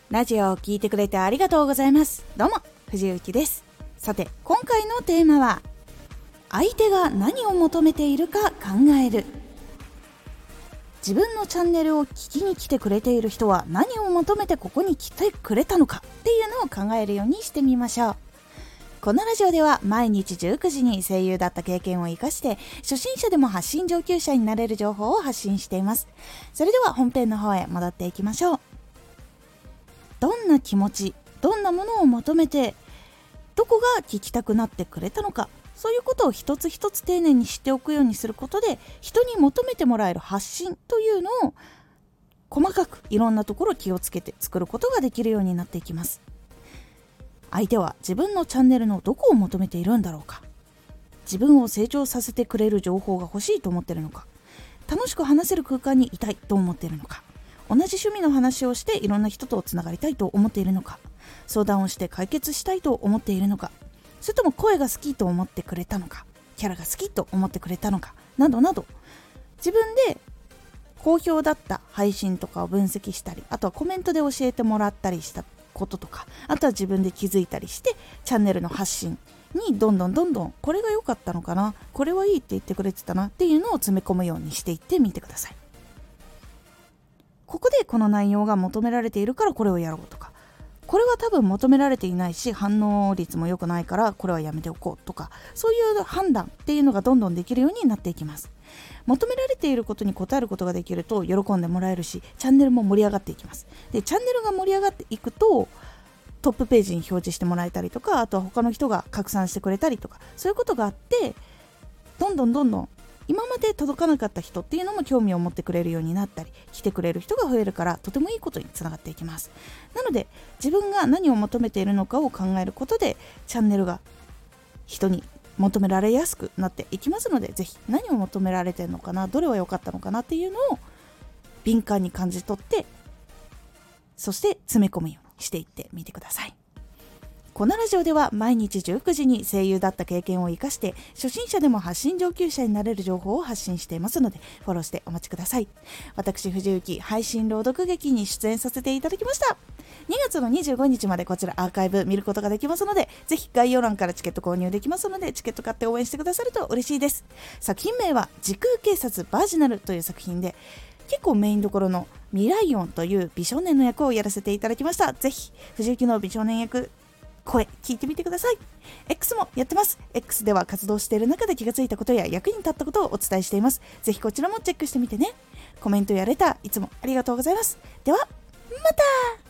ラジオを聞いてくれてありがとうございます。どうも藤幸です。さて今回のテーマは、相手が何を求めているか考える。自分のチャンネルを聞きに来てくれている人は何を求めてここに来てくれたのかっていうのを考えるようにしてみましょう。このラジオでは毎日19時に声優だった経験を生かして初心者でも発信上級者になれる情報を発信しています。それでは本編の方へ戻っていきましょう。どんな気持ち、どんなものを求めて、どこが聞きたくなってくれたのか、そういうことを一つ一つ丁寧に知っておくようにすることで、人に求めてもらえる発信というのを細かくいろんなところ気をつけて作ることができるようになっていきます。相手は自分のチャンネルのどこを求めているんだろうか。自分を成長させてくれる情報が欲しいと思っているのか、楽しく話せる空間にいたいと思っているのか、同じ趣味の話をしていろんな人とつながりたいと思っているのか、相談をして解決したいと思っているのか、それとも声が好きと思ってくれたのか、キャラが好きと思ってくれたのか、などなど、自分で好評だった配信とかを分析したり、あとはコメントで教えてもらったりしたこととか、あとは自分で気づいたりしてチャンネルの発信にどんどんこれが良かったのかな、これはいいって言ってくれてたなっていうのを詰め込むようにしていってみてください。ここでこの内容が求められているからこれをやろうとか、これは多分求められていないし反応率も良くないからこれはやめておこうとか、そういう判断っていうのがどんどんできるようになっていきます。求められていることに応えることができると喜んでもらえるし、チャンネルも盛り上がっていきます。で、チャンネルが盛り上がっていくとトップページに表示してもらえたりとか、あとは他の人が拡散してくれたりとか、そういうことがあって、どんどん今まで届かなかった人っていうのも興味を持ってくれるようになったり、来てくれる人が増えるから、とてもいいことにつながっていきます。なので自分が何を求めているのかを考えることで、チャンネルが人に求められやすくなっていきますので、ぜひ何を求められているのかな、どれは良かったのかなっていうのを敏感に感じ取って、そして詰め込むようにしていってみてください。このラジオでは毎日19時に声優だった経験を生かして初心者でも発信上級者になれる情報を発信していますので、フォローしてお待ちください。私藤幸、配信朗読劇に出演させていただきました。2月の25日までこちらアーカイブ見ることができますので、ぜひ概要欄からチケット購入できますので、チケット買って応援してくださると嬉しいです。作品名は時空警察バージナルという作品で、結構メインどころのミライオンという美少年の役をやらせていただきました。ぜひ藤幸の美少年役声聞いてみてください。 X もやってます。 X では活動している中で気がついたことや役に立ったことをお伝えしています。ぜひこちらもチェックしてみてね。コメントやレターいつもありがとうございます。ではまた。